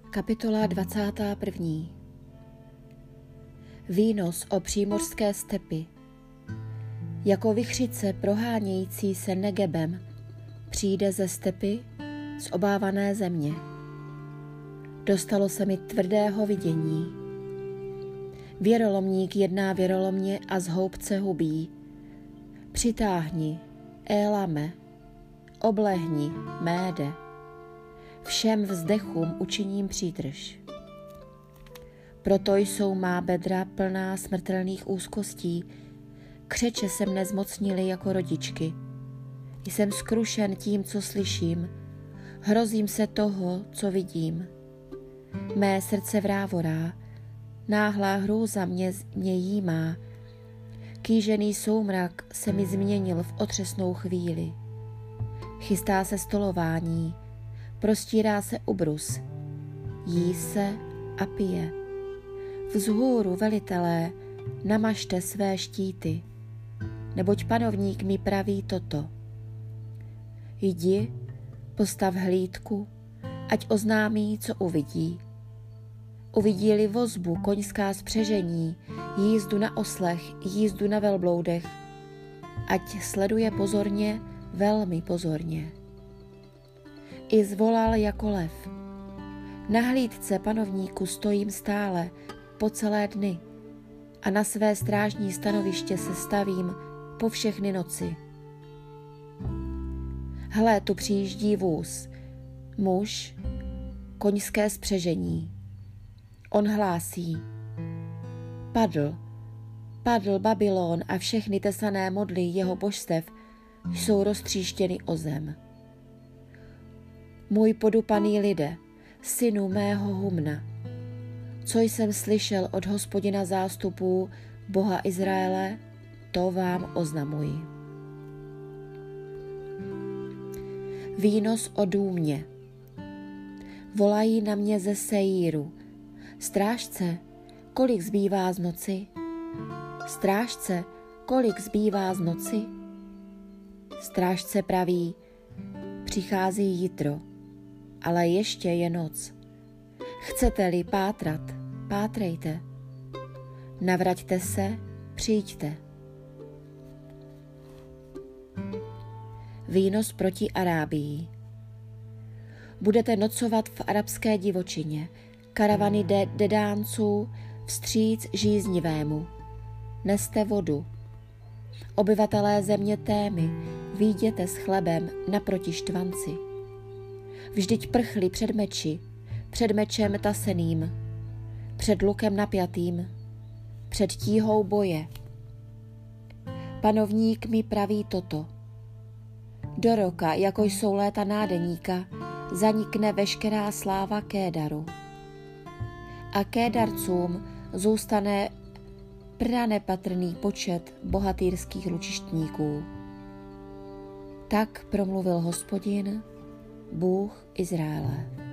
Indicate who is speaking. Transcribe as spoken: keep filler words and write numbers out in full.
Speaker 1: Kapitola dvacátá první. Výnos o přímořské stepy. Jako vichřice prohánějící se Negebem přijde ze stepy z obávané země. Dostalo se mi tvrdého vidění. Věrolomník jedná věrolomně a z houbce hubí. Přitáhni, Élame, oblehni, Méde. Všem vzdechům učiním přítrž. Proto jsou má bedra plná smrtelných úzkostí, křeče se mne zmocnily jako rodičky. Jsem skrušen tím, co slyším, hrozím se toho, co vidím. Mé srdce vrávorá, náhlá hrůza mě, mě jímá, kýžený soumrak se mi změnil v otřesnou chvíli. Chystá se stolování, prostírá se ubrus, jí se a pije. Vzhůru, velitelé, namažte své štíty, neboť panovník mi praví toto. Jdi, postav hlídku, ať oznámí, co uvidí. Uvidí-li vozbu, koňská spřežení, jízdu na oslech, jízdu na velbloudech, ať sleduje pozorně, velmi pozorně. I zvolal jako lev. Na hlídce panovníku stojím stále po celé dny a na své strážní stanoviště se stavím po všechny noci. Hle, tu přijíždí vůz, muž, koňské spřežení. On hlásí: Padl, padl Babylon a všechny tesané modly jeho božstev jsou roztříštěny o zem. Můj podupaný lide, synu mého humna, co jsem slyšel od Hospodina zástupů, Boha Izraele, to vám oznamuji. Výnos o důmě. Volají na mě ze Seíru: Strážce, kolik zbývá z noci? Strážce, kolik zbývá z noci? Strážce praví: Přichází jitro, ale ještě je noc. Chcete-li pátrat, pátrejte. Navraťte se, přijďte. Výnos proti Arábii. Budete nocovat v arabské divočině, karavany de- dedánců vstříc žíznivému. Neste vodu. Obyvatelé země Témy, výjděte s chlebem naproti štvanci. Vždyť prchli před meči, před mečem taseným, před lukem napjatým, před tíhou boje. Panovník mi praví toto: do roka, jako jsou léta nádeníka, zanikne veškerá sláva Kédaru. A Kédarcům zůstane pranepatrný počet bohatýrských lučištníků. Tak promluvil Hospodin, Bůh Izraele.